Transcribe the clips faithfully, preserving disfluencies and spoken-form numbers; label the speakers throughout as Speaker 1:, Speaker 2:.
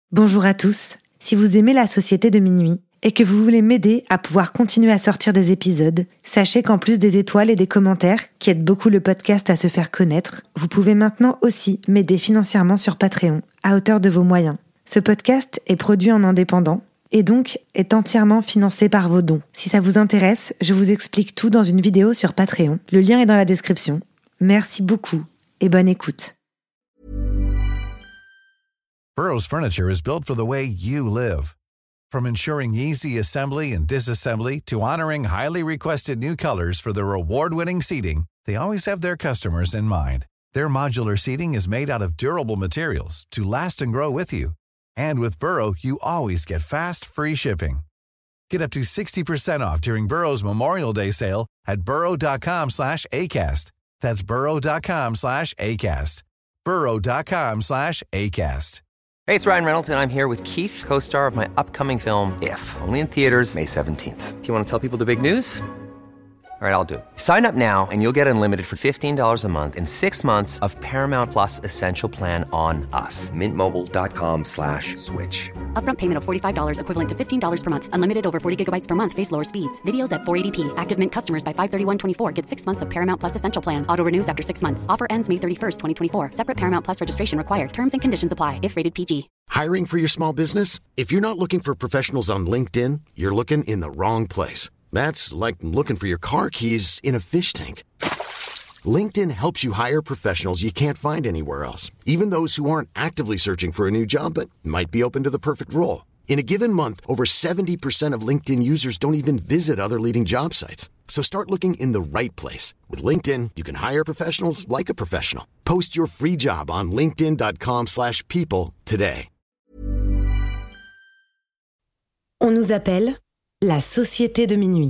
Speaker 1: Bonjour à tous. Si vous aimez La Société de Minuit et que vous voulez m'aider à pouvoir continuer à sortir des épisodes, sachez qu'en plus des étoiles et des commentaires qui aident beaucoup le podcast à se faire connaître, vous pouvez maintenant aussi m'aider financièrement sur Patreon, à hauteur de vos moyens. Ce podcast est produit en indépendant et donc est entièrement financé par vos dons. Si ça vous intéresse, je vous explique tout dans une vidéo sur Patreon. Le lien est dans la description. Merci beaucoup et bonne écoute.
Speaker 2: Burrow's furniture is built for the way you live. From ensuring easy assembly and disassembly to honoring highly requested new colors for their award-winning seating, they always have their customers in mind. Their modular seating is made out of durable materials to last and grow with you. And with Burrow, you always get fast, free shipping. Get up to sixty percent off during Burrow's Memorial Day sale at burrow.com slash ACAST. That's burrow.com slash ACAST. burrow.com slash ACAST.
Speaker 3: Hey, it's Ryan Reynolds, and I'm here with Keith, co-star of my upcoming film, If, only in theaters May seventeenth. Do you want to tell people the big news? All right, I'll do it. Sign up now and you'll get unlimited for fifteen dollars a month and six months of Paramount Plus Essential Plan on us. Mint Mobile dot com slash switch.
Speaker 4: Upfront payment of forty-five dollars equivalent to fifteen dollars per month. Unlimited over forty gigabytes per month. Face lower speeds. Videos at four eighty p. Active Mint customers by five thirty-one twenty-four get six months of Paramount Plus Essential Plan. Auto renews after six months. Offer ends May thirty-first, twenty twenty-four. Separate Paramount Plus registration required. Terms and conditions apply if rated P G.
Speaker 5: Hiring for your small business? If you're not looking for professionals on LinkedIn, you're looking in the wrong place. That's like looking for your car keys in a fish tank. LinkedIn helps you hire professionals you can't find anywhere else, even those who aren't actively searching for a new job but might be open to the perfect role. In a given month, over seventy percent of LinkedIn users don't even visit other leading job sites. So start looking in the right place. With LinkedIn, you can hire professionals like a professional. Post your free job on linkedin.com slash people today.
Speaker 1: On nous appelle La Société de Minuit.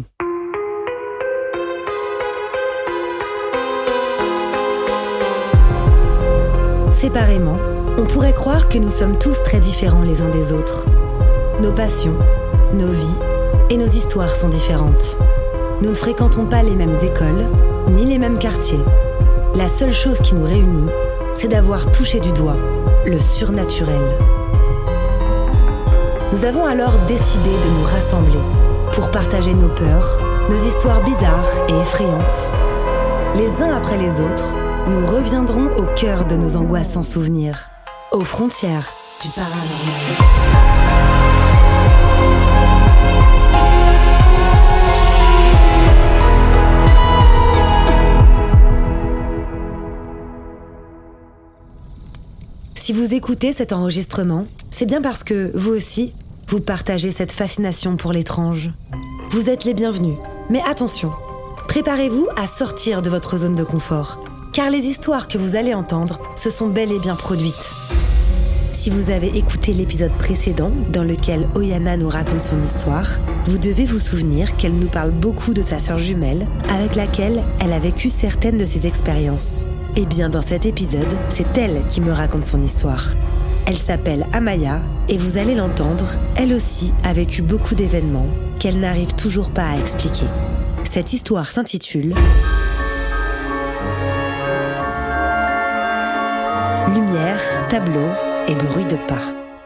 Speaker 1: Séparément, on pourrait croire que nous sommes tous très différents les uns des autres. Nos passions, nos vies et nos histoires sont différentes. Nous ne fréquentons pas les mêmes écoles, ni les mêmes quartiers. La seule chose qui nous réunit, c'est d'avoir touché du doigt le surnaturel. Nous avons alors décidé de nous rassembler pour partager nos peurs, nos histoires bizarres et effrayantes. Les uns après les autres, nous reviendrons au cœur de nos angoissants souvenirs, aux frontières du paranormal. Si vous écoutez cet enregistrement, c'est bien parce que, vous aussi, vous partagez cette fascination pour l'étrange. Vous êtes les bienvenus, mais attention, préparez-vous à sortir de votre zone de confort, car les histoires que vous allez entendre se sont bel et bien produites. Si vous avez écouté l'épisode précédent, dans lequel Oyana nous raconte son histoire, vous devez vous souvenir qu'elle nous parle beaucoup de sa sœur jumelle, avec laquelle elle a vécu certaines de ses expériences. Eh bien, dans cet épisode, c'est elle qui me raconte son histoire. Elle s'appelle Amaya et vous allez l'entendre, elle aussi a vécu beaucoup d'événements qu'elle n'arrive toujours pas à expliquer. Cette histoire s'intitule Lumière, tableau et bruit de pas.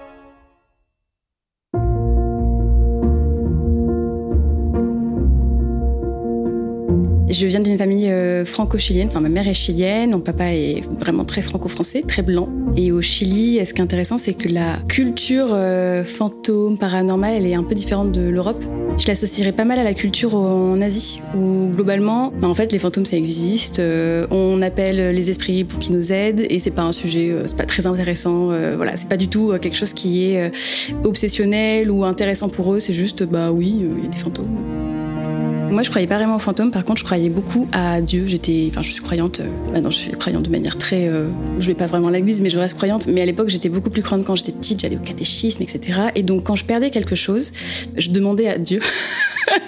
Speaker 6: Je viens d'une famille euh, franco-chilienne, enfin ma mère est chilienne, mon papa est vraiment très franco-français, très blanc. Et au Chili, ce qui est intéressant, c'est que la culture euh, fantôme, paranormale, elle est un peu différente de l'Europe. Je l'associerais pas mal à la culture en Asie, où globalement, bah, en fait, les fantômes ça existe, euh, on appelle les esprits pour qu'ils nous aident, et c'est pas un sujet, euh, c'est pas très intéressant, euh, voilà, c'est pas du tout euh, quelque chose qui est euh, obsessionnel ou intéressant pour eux, c'est juste, bah oui, il euh, y a des fantômes. Moi, je croyais pas vraiment aux fantômes. Par contre, je croyais beaucoup à Dieu. J'étais, enfin, je suis croyante. Euh, maintenant, je suis croyante de manière très. Euh, je vais pas vraiment à l'église, mais je reste croyante. Mais à l'époque, j'étais beaucoup plus croyante quand j'étais petite. J'allais au catéchisme, et cetera. Et donc, quand je perdais quelque chose, je demandais à Dieu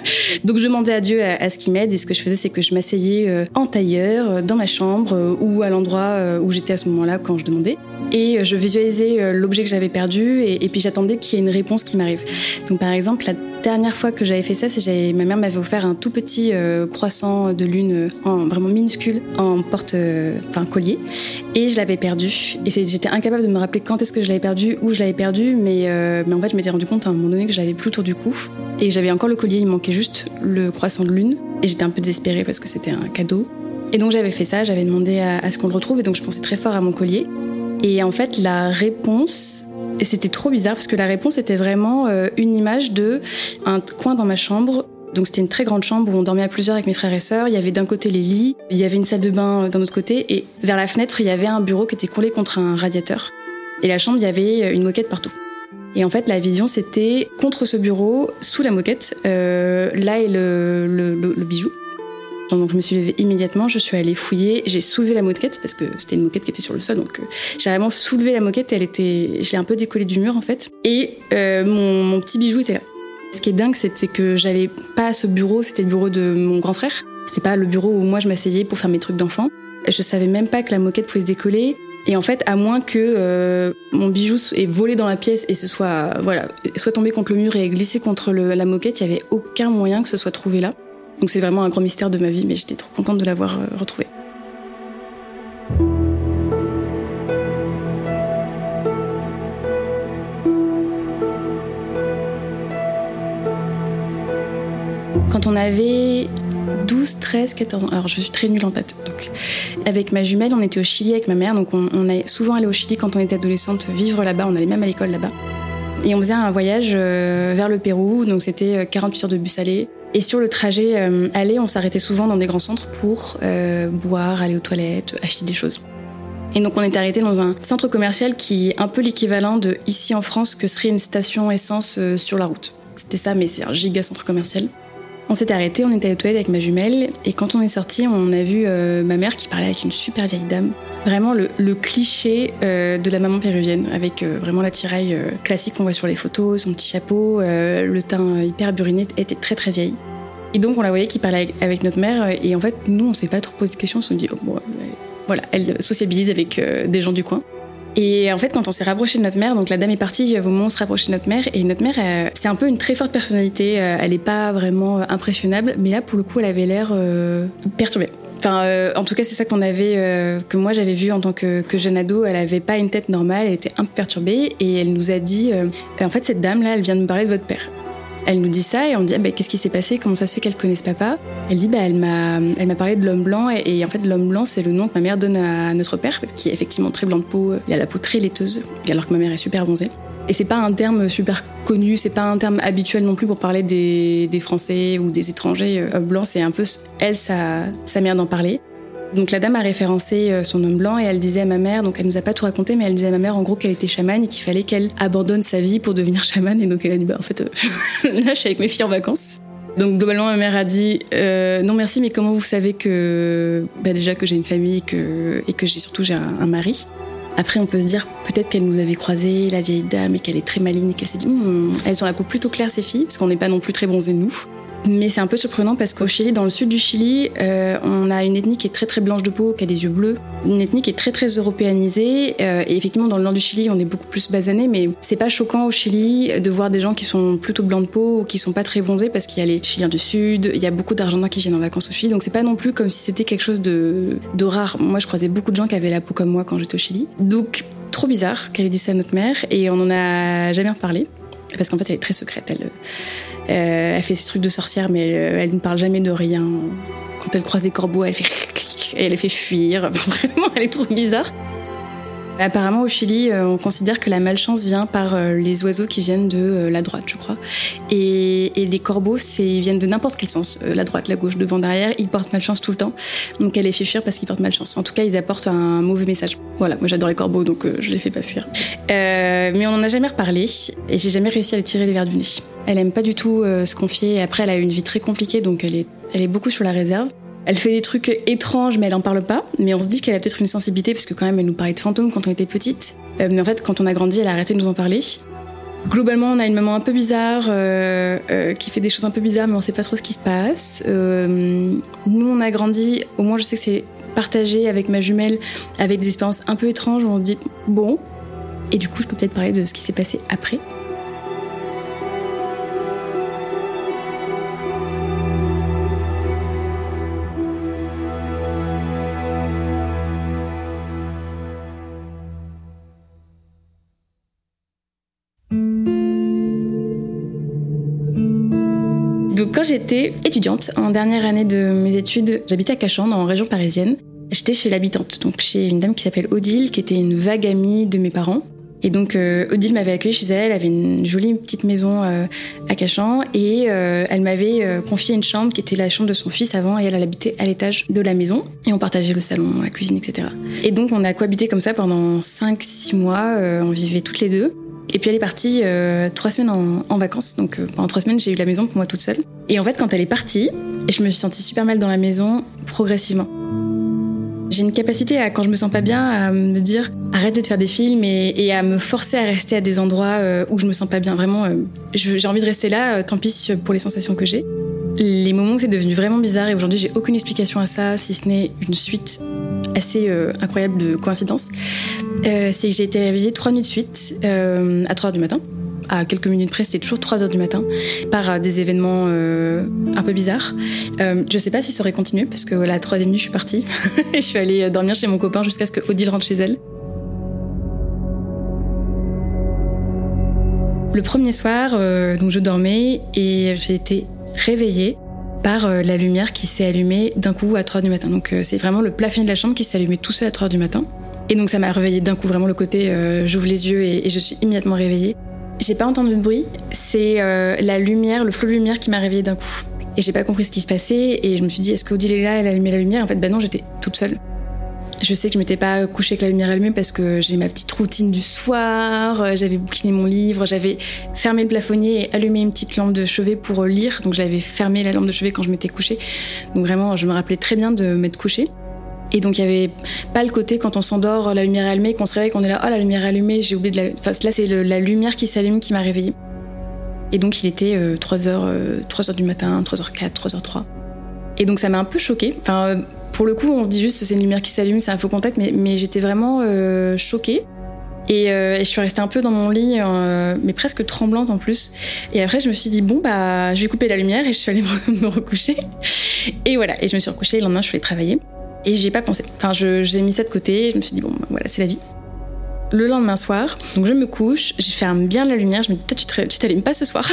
Speaker 6: Donc je demandais à Dieu à, à ce qu'il m'aide, et ce que je faisais, c'est que je m'asseyais euh, en tailleur, euh, dans ma chambre, euh, ou à l'endroit euh, où j'étais à ce moment-là quand je demandais. Et euh, je visualisais euh, l'objet que j'avais perdu, et, et puis j'attendais qu'il y ait une réponse qui m'arrive. Donc par exemple, la dernière fois que j'avais fait ça, c'est que j'avais, ma mère m'avait offert un tout petit euh, croissant de lune, euh, en, vraiment minuscule, en porte, enfin euh, collier, et je l'avais perdu. Et c'est, j'étais incapable de me rappeler quand est-ce que je l'avais perdu, où je l'avais perdu, mais, euh, mais en fait je m'étais rendu compte à un moment donné que je l'avais plus autour du cou. Et j'avais encore le collier, il manquait juste le croissant de lune. Et j'étais un peu désespérée parce que c'était un cadeau. Et donc j'avais fait ça, j'avais demandé à, à ce qu'on le retrouve, et donc je pensais très fort à mon collier. Et en fait, la réponse, et c'était trop bizarre parce que la réponse était vraiment euh, une image de un coin dans ma chambre. Donc c'était une très grande chambre où on dormait à plusieurs avec mes frères et sœurs. Il y avait d'un côté les lits, il y avait une salle de bain d'un autre côté, et vers la fenêtre, il y avait un bureau qui était collé contre un radiateur. Et la chambre, il y avait une moquette partout. Et en fait, la vision, c'était contre ce bureau, sous la moquette, euh, là est le, le, le, le bijou. Donc je me suis levée immédiatement, je suis allée fouiller, j'ai soulevé la moquette parce que c'était une moquette qui était sur le sol, donc euh, j'ai vraiment soulevé la moquette, elle était, je l'ai un peu décollée du mur en fait, et euh, mon, mon petit bijou était là. Ce qui est dingue, c'était que j'allais pas à ce bureau, c'était le bureau de mon grand frère, c'était pas le bureau où moi je m'asseyais pour faire mes trucs d'enfant. Je savais même pas que la moquette pouvait se décoller, et en fait, à moins que euh, mon bijou ait volé dans la pièce et se soit, voilà, soit tombé contre le mur et glissé contre le, la moquette, il y avait aucun moyen que ce soit trouvé là. Donc c'est vraiment un grand mystère de ma vie, mais j'étais trop contente de l'avoir euh, retrouvé. Quand on avait douze, treize, quatorze ans, alors je suis très nulle en tête, donc avec ma jumelle, on était au Chili avec ma mère, donc on, on est souvent allé au Chili quand on était adolescente, vivre là-bas, on allait même à l'école là-bas. Et on faisait un voyage euh, vers le Pérou, donc c'était quarante-huit heures de bus aller. Et sur le trajet euh, aller, on s'arrêtait souvent dans des grands centres pour euh, boire, aller aux toilettes, acheter des choses. Et donc on est arrêté dans un centre commercial qui est un peu l'équivalent de ici en France que serait une station essence euh, sur la route. C'était ça, mais c'est un giga centre commercial. On s'est arrêté, on était aux toilettes avec ma jumelle, et quand on est sorti, on a vu euh, ma mère qui parlait avec une super vieille dame. Vraiment le, le cliché euh, de la maman péruvienne, avec euh, vraiment l'attirail euh, classique qu'on voit sur les photos, son petit chapeau, euh, le teint hyper buriné, était très très vieille. Et donc on la voyait qui parlait avec, avec notre mère, et en fait nous on s'est pas trop posé de questions, on s'est dit oh, bon, voilà, elle sociabilise avec euh, des gens du coin. Et en fait, quand on s'est rapproché de notre mère, donc la dame est partie au moment où on se rapprochait de notre mère, et notre mère, euh, c'est un peu une très forte personnalité, euh, elle est pas vraiment euh, impressionnable, mais là, pour le coup, elle avait l'air euh, perturbée. Enfin, euh, en tout cas, c'est ça qu'on avait, euh, que moi j'avais vu en tant que, que jeune ado, elle avait pas une tête normale, elle était un peu perturbée, et elle nous a dit, euh, en fait, cette dame-là, elle vient de me parler de votre père. Elle nous dit ça et on dit ah, bah, qu'est-ce qui s'est passé, comment ça se fait qu'elle connaisse papa. Elle dit bah elle m'a elle m'a parlé de l'homme blanc et, et en fait l'homme blanc c'est le nom que ma mère donne à notre père qui est effectivement très blanc de peau, il a la peau très laiteuse alors que ma mère est super bronzée. Et c'est pas un terme super connu, c'est pas un terme habituel non plus pour parler des, des Français ou des étrangers. Homme blanc c'est un peu elle sa sa manière d'en parler. Donc la dame a référencé son homme blanc et elle disait à ma mère, donc elle nous a pas tout raconté, mais elle disait à ma mère en gros qu'elle était chamane et qu'il fallait qu'elle abandonne sa vie pour devenir chamane. Et donc elle a dit bah en fait euh, là je suis avec mes filles en vacances. Donc globalement ma mère a dit euh, non merci, mais comment vous savez que bah, déjà que j'ai une famille et que, et que j'ai surtout j'ai un, un mari. Après on peut se dire peut-être qu'elle nous avait croisé la vieille dame et qu'elle est très maligne et qu'elle s'est dit hm, elles ont la peau plutôt claire ces filles parce qu'on n'est pas non plus très bronzés nous. Mais c'est un peu surprenant parce qu'au Chili, dans le sud du Chili, euh, on a une ethnie qui est très très blanche de peau, qui a des yeux bleus, une ethnie qui est très très européanisée. Euh, et effectivement, dans le nord du Chili, on est beaucoup plus basané, mais c'est pas choquant au Chili de voir des gens qui sont plutôt blancs de peau ou qui sont pas très bronzés parce qu'il y a les Chiliens du sud, il y a beaucoup d'Argentins qui viennent en vacances au Chili, donc c'est pas non plus comme si c'était quelque chose de, de rare. Moi, je croisais beaucoup de gens qui avaient la peau comme moi quand j'étais au Chili. Donc, trop bizarre qu'elle ait dit ça à notre mère et on en a jamais reparlé parce qu'en fait, elle est très secrète. Elle, Euh, elle fait ses trucs de sorcière, mais elle, elle ne parle jamais de rien. Quand elle croise des corbeaux, elle fait et elle les fait fuir. Vraiment, elle est trop bizarre. Apparemment, au Chili, on considère que la malchance vient par les oiseaux qui viennent de la droite, je crois. Et, et les corbeaux, c'est, ils viennent de n'importe quel sens. La droite, la gauche, devant, derrière, ils portent malchance tout le temps. Donc elle les fait fuir parce qu'ils portent malchance. En tout cas, ils apportent un mauvais message. Voilà, moi j'adore les corbeaux, donc je les fais pas fuir. Euh, mais on n'en a jamais reparlé et j'ai jamais réussi à les tirer les vers du nez. Elle aime pas du tout euh, se confier. Après, elle a eu une vie très compliquée, donc elle est, elle est beaucoup sur la réserve. Elle fait des trucs étranges, mais elle en parle pas. Mais on se dit qu'elle a peut-être une sensibilité, parce que quand même, elle nous parlait de fantômes quand on était petite. Euh, mais en fait, quand on a grandi, elle a arrêté de nous en parler. Globalement, on a une maman un peu bizarre, euh, euh, qui fait des choses un peu bizarres, mais on sait pas trop ce qui se passe. Euh, nous, on a grandi, au moins je sais que c'est partagé avec ma jumelle, avec des expériences un peu étranges où on se dit bon. Et du coup, je peux peut-être parler de ce qui s'est passé après. Donc quand j'étais étudiante, en dernière année de mes études, j'habitais à Cachan, en région parisienne. J'étais chez l'habitante, donc chez une dame qui s'appelle Odile, qui était une vague amie de mes parents. Et donc euh, Odile m'avait accueillie chez elle, elle avait une jolie petite maison euh, à Cachan, et euh, elle m'avait euh, confié une chambre qui était la chambre de son fils avant, et elle, elle habitait à l'étage de la maison, et on partageait le salon, la cuisine, et cetera. Et donc on a cohabité comme ça pendant cinq six mois, euh, on vivait toutes les deux. Et puis elle est partie euh, trois semaines en, en vacances, donc euh, pendant trois semaines j'ai eu la maison pour moi toute seule. Et en fait quand elle est partie, je me suis sentie super mal dans la maison progressivement. J'ai une capacité à, quand je me sens pas bien, à me dire arrête de te faire des films et, et à me forcer à rester à des endroits euh, où je me sens pas bien. Vraiment, euh, je, j'ai envie de rester là, euh, tant pis pour les sensations que j'ai. Les moments où c'est devenu vraiment bizarre, et aujourd'hui j'ai aucune explication à ça, si ce n'est une suite assez euh, incroyable de coïncidences, euh, c'est que j'ai été réveillée trois nuits de suite euh, à trois heures du matin. À quelques minutes près, c'était toujours trois heures du matin, par euh, des événements euh, un peu bizarres. Euh, je sais pas si ça aurait continué, parce que la troisième nuit, je suis partie. Je suis allée dormir chez mon copain jusqu'à ce que Odile rentre chez elle. Le premier soir, euh, donc je dormais et j'ai été réveillée par euh, la lumière qui s'est allumée d'un coup à trois heures du matin. Donc euh, c'est vraiment le plafond de la chambre qui s'est allumé tout seul à trois heures du matin. Et donc ça m'a réveillée d'un coup, vraiment le côté euh, j'ouvre les yeux et, et je suis immédiatement réveillée. J'ai pas entendu de bruit, c'est euh, la lumière, le flot de lumière qui m'a réveillée d'un coup. Et j'ai pas compris ce qui se passait et je me suis dit est-ce qu'Odile est là, elle a allumé la lumière? En fait bah non, j'étais toute seule. Je sais que je m'étais pas couchée avec la lumière allumée parce que j'ai ma petite routine du soir, j'avais bouquiné mon livre, j'avais fermé le plafonnier et allumé une petite lampe de chevet pour lire, donc j'avais fermé la lampe de chevet quand je m'étais couchée. Donc vraiment, je me rappelais très bien de m'être couchée. Et donc il y avait pas le côté quand on s'endort, la lumière est allumée, qu'on se réveille, qu'on est là, oh la lumière est allumée, j'ai oublié de la... Enfin là c'est le, la lumière qui s'allume qui m'a réveillée. Et donc il était euh, trois heures, euh, trois heures du matin, trois heures quatre, trois heures trois. Et donc ça m'a un peu choquée. Enfin, euh, pour le coup on se dit juste c'est une lumière qui s'allume, c'est un faux contact, mais, mais j'étais vraiment euh, choquée. Et, euh, et je suis restée un peu dans mon lit, euh, mais presque tremblante en plus. Et après je me suis dit bon bah je vais couper la lumière et je suis allée me, me recoucher. Et voilà, et je me suis recouchée et le lendemain je suis allée travailler. Et j'y ai pas pensé. Enfin, je, j'ai mis ça de côté, je me suis dit, bon, bah, voilà, c'est la vie. Le lendemain soir, donc je me couche, je ferme bien la lumière, je me dis, toi, tu, te, tu t'allumes pas ce soir.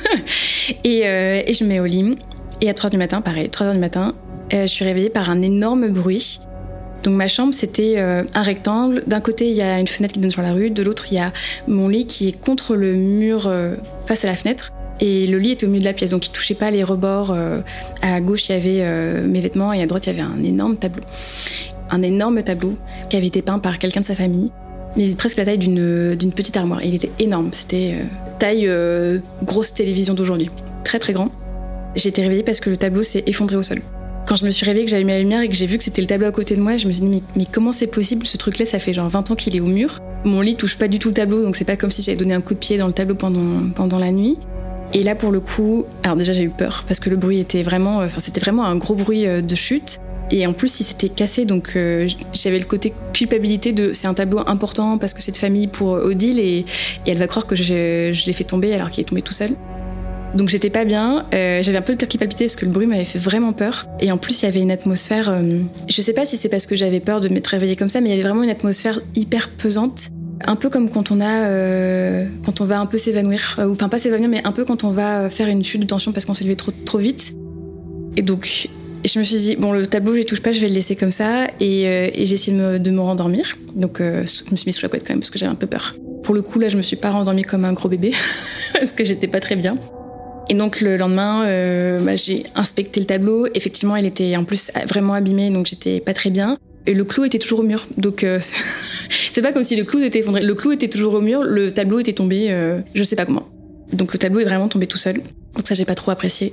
Speaker 6: et, euh, et je me mets au lit. Et à trois heures du matin, pareil, trois heures du matin, euh, je suis réveillée par un énorme bruit. Donc ma chambre, c'était euh, un rectangle. D'un côté, il y a une fenêtre qui donne sur la rue, de l'autre, il y a mon lit qui est contre le mur euh, face à la fenêtre. Et le lit était au milieu de la pièce, donc il touchait pas les rebords. Euh, à gauche, il y avait euh, mes vêtements et à droite, il y avait un énorme tableau. Un énorme tableau qui avait été peint par quelqu'un de sa famille. Il faisait presque la taille d'une, d'une petite armoire. Il était énorme, c'était euh, taille euh, grosse télévision d'aujourd'hui. Très très grand. J'ai été réveillée parce que le tableau s'est effondré au sol. Quand je me suis réveillée, que j'ai allumé la lumière et que j'ai vu que c'était le tableau à côté de moi, je me suis dit mais, mais comment c'est possible? Ce truc-là, ça fait genre vingt ans qu'il est au mur. Mon lit touche pas du tout le tableau, donc c'est pas comme si j'avais donné un coup de pied dans le tableau pendant, pendant la nuit. Et là, pour le coup, alors déjà j'ai eu peur parce que le bruit était vraiment, enfin c'était vraiment un gros bruit de chute. Et en plus, il s'était cassé, donc euh, j'avais le côté culpabilité de c'est un tableau important parce que c'est de famille pour Odile et, et elle va croire que je, je l'ai fait tomber alors qu'il est tombé tout seul. Donc j'étais pas bien, euh, j'avais un peu le cœur qui palpitait parce que le bruit m'avait fait vraiment peur. Et en plus, il y avait une atmosphère, euh, je sais pas si c'est parce que j'avais peur de m'être réveillée comme ça, mais il y avait vraiment une atmosphère hyper pesante. Un peu comme quand on a, euh, quand on va un peu s'évanouir, euh, enfin pas s'évanouir, mais un peu quand on va faire une chute de tension parce qu'on s'est levé trop, trop vite. Et donc, je me suis dit, bon, le tableau, je n'y touche pas, je vais le laisser comme ça. Et, euh, et j'ai essayé de me, de me rendormir. Donc, euh, je me suis mise sous la couette quand même parce que j'avais un peu peur. Pour le coup, là, je me suis pas rendormie comme un gros bébé parce que j'étais pas très bien. Et donc, le lendemain, euh, bah, j'ai inspecté le tableau. Effectivement, il était en plus vraiment abîmé, donc j'étais pas très bien. Et le clou était toujours au mur. Donc, euh, c'est pas comme si le clou était effondré. Le clou était toujours au mur, le tableau était tombé, euh, je sais pas comment. Donc, le tableau est vraiment tombé tout seul. Donc, ça, j'ai pas trop apprécié.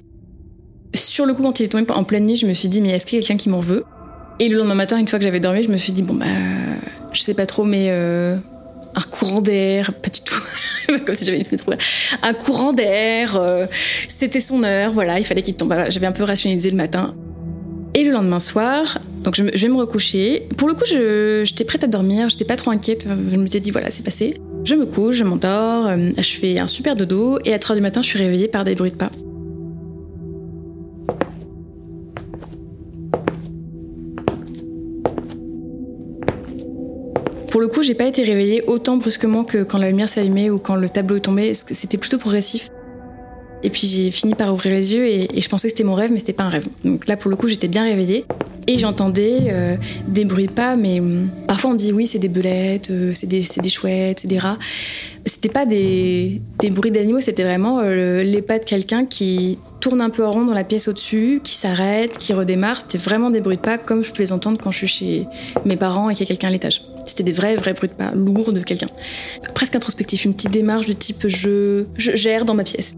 Speaker 6: Sur le coup, quand il est tombé en pleine nuit, je me suis dit, mais est-ce qu'il y a quelqu'un qui m'en veut? Et le lendemain matin, une fois que j'avais dormi, je me suis dit, bon, bah, je sais pas trop, mais euh, un courant d'air, pas du tout, comme si j'avais une fenêtre ouverte, un courant d'air, euh, c'était son heure, voilà, il fallait qu'il tombe. Voilà, j'avais un peu rationalisé le matin. Et le lendemain soir, donc je, me, je vais me recoucher. Pour le coup, je, j'étais prête à dormir, j'étais pas trop inquiète, je me suis dit voilà, c'est passé. Je me couche, je m'endors, euh, je fais un super dodo, et à trois heures du matin, je suis réveillée par des bruits de pas. Pour le coup, j'ai pas été réveillée autant brusquement que quand la lumière s'allumait ou quand le tableau est tombé. C'était plutôt progressif. Et puis j'ai fini par ouvrir les yeux et, et je pensais que c'était mon rêve, mais c'était pas un rêve. Donc là, pour le coup, j'étais bien réveillée. Et j'entendais euh, des bruits de pas, mais euh, parfois on dit oui, c'est des belettes, euh, c'est, des, c'est des chouettes, c'est des rats. C'était pas des, des bruits d'animaux, c'était vraiment euh, les pas de quelqu'un qui tourne un peu en rond dans la pièce au-dessus, qui s'arrête, qui redémarre. C'était vraiment des bruits de pas comme je peux les entendre quand je suis chez mes parents et qu'il y a quelqu'un à l'étage. C'était des vrais, vrais bruits de pas lourds de quelqu'un. Presque introspectif, une petite démarche de type je, je gère dans ma pièce.